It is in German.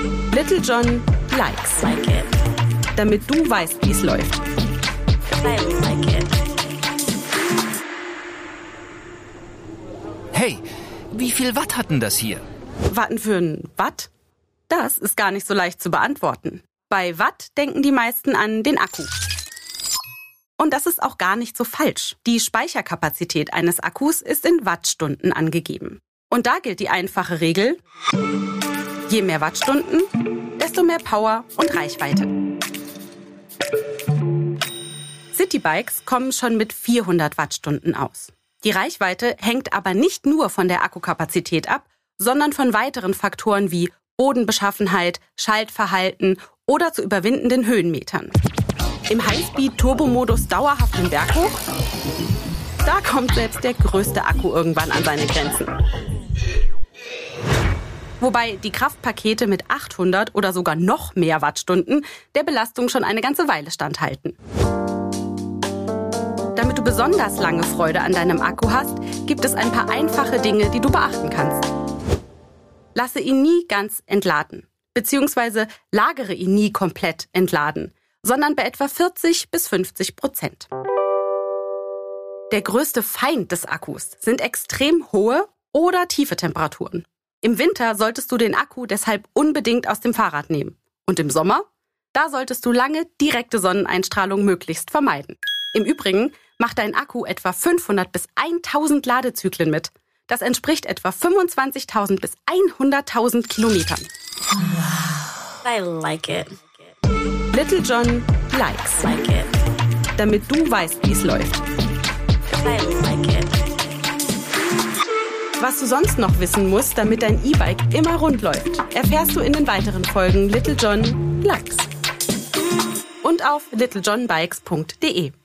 Little John likes. Like it. Damit du weißt, wie es läuft. I like it. Hey, wie viel Watt hat denn das hier? Watten für ein Watt? Das ist gar nicht so leicht zu beantworten. Bei Watt denken die meisten an den Akku. Und das ist auch gar nicht so falsch. Die Speicherkapazität eines Akkus ist in Wattstunden angegeben. Und da gilt die einfache Regel: Je mehr Wattstunden, desto mehr Power und Reichweite. Citybikes kommen schon mit 400 Wattstunden aus. Die Reichweite hängt aber nicht nur von der Akkukapazität ab, sondern von weiteren Faktoren wie Bodenbeschaffenheit, Schaltverhalten oder zu überwindenden Höhenmetern. Im Highspeed-Turbo-Modus dauerhaft den Berg hoch? Da kommt selbst der größte Akku irgendwann an seine Grenzen. Wobei die Kraftpakete mit 800 oder sogar noch mehr Wattstunden der Belastung schon eine ganze Weile standhalten. Damit du besonders lange Freude an deinem Akku hast, gibt es ein paar einfache Dinge, die du beachten kannst. Lasse ihn nie ganz entladen, beziehungsweise lagere ihn nie komplett entladen, sondern bei etwa 40-50%. Der größte Feind des Akkus sind extrem hohe oder tiefe Temperaturen. Im Winter solltest du den Akku deshalb unbedingt aus dem Fahrrad nehmen. Und im Sommer? Da solltest du lange direkte Sonneneinstrahlung möglichst vermeiden. Im Übrigen macht dein Akku etwa 500 bis 1000 Ladezyklen mit. Das entspricht etwa 25.000 bis 100.000 Kilometern. I like it. Little John likes. Like it. Damit du weißt, wie es läuft. I like it. Was du sonst noch wissen musst, damit dein E-Bike immer rund läuft, erfährst du in den weiteren Folgen Little John likes. Und auf littlejohnbikes.de.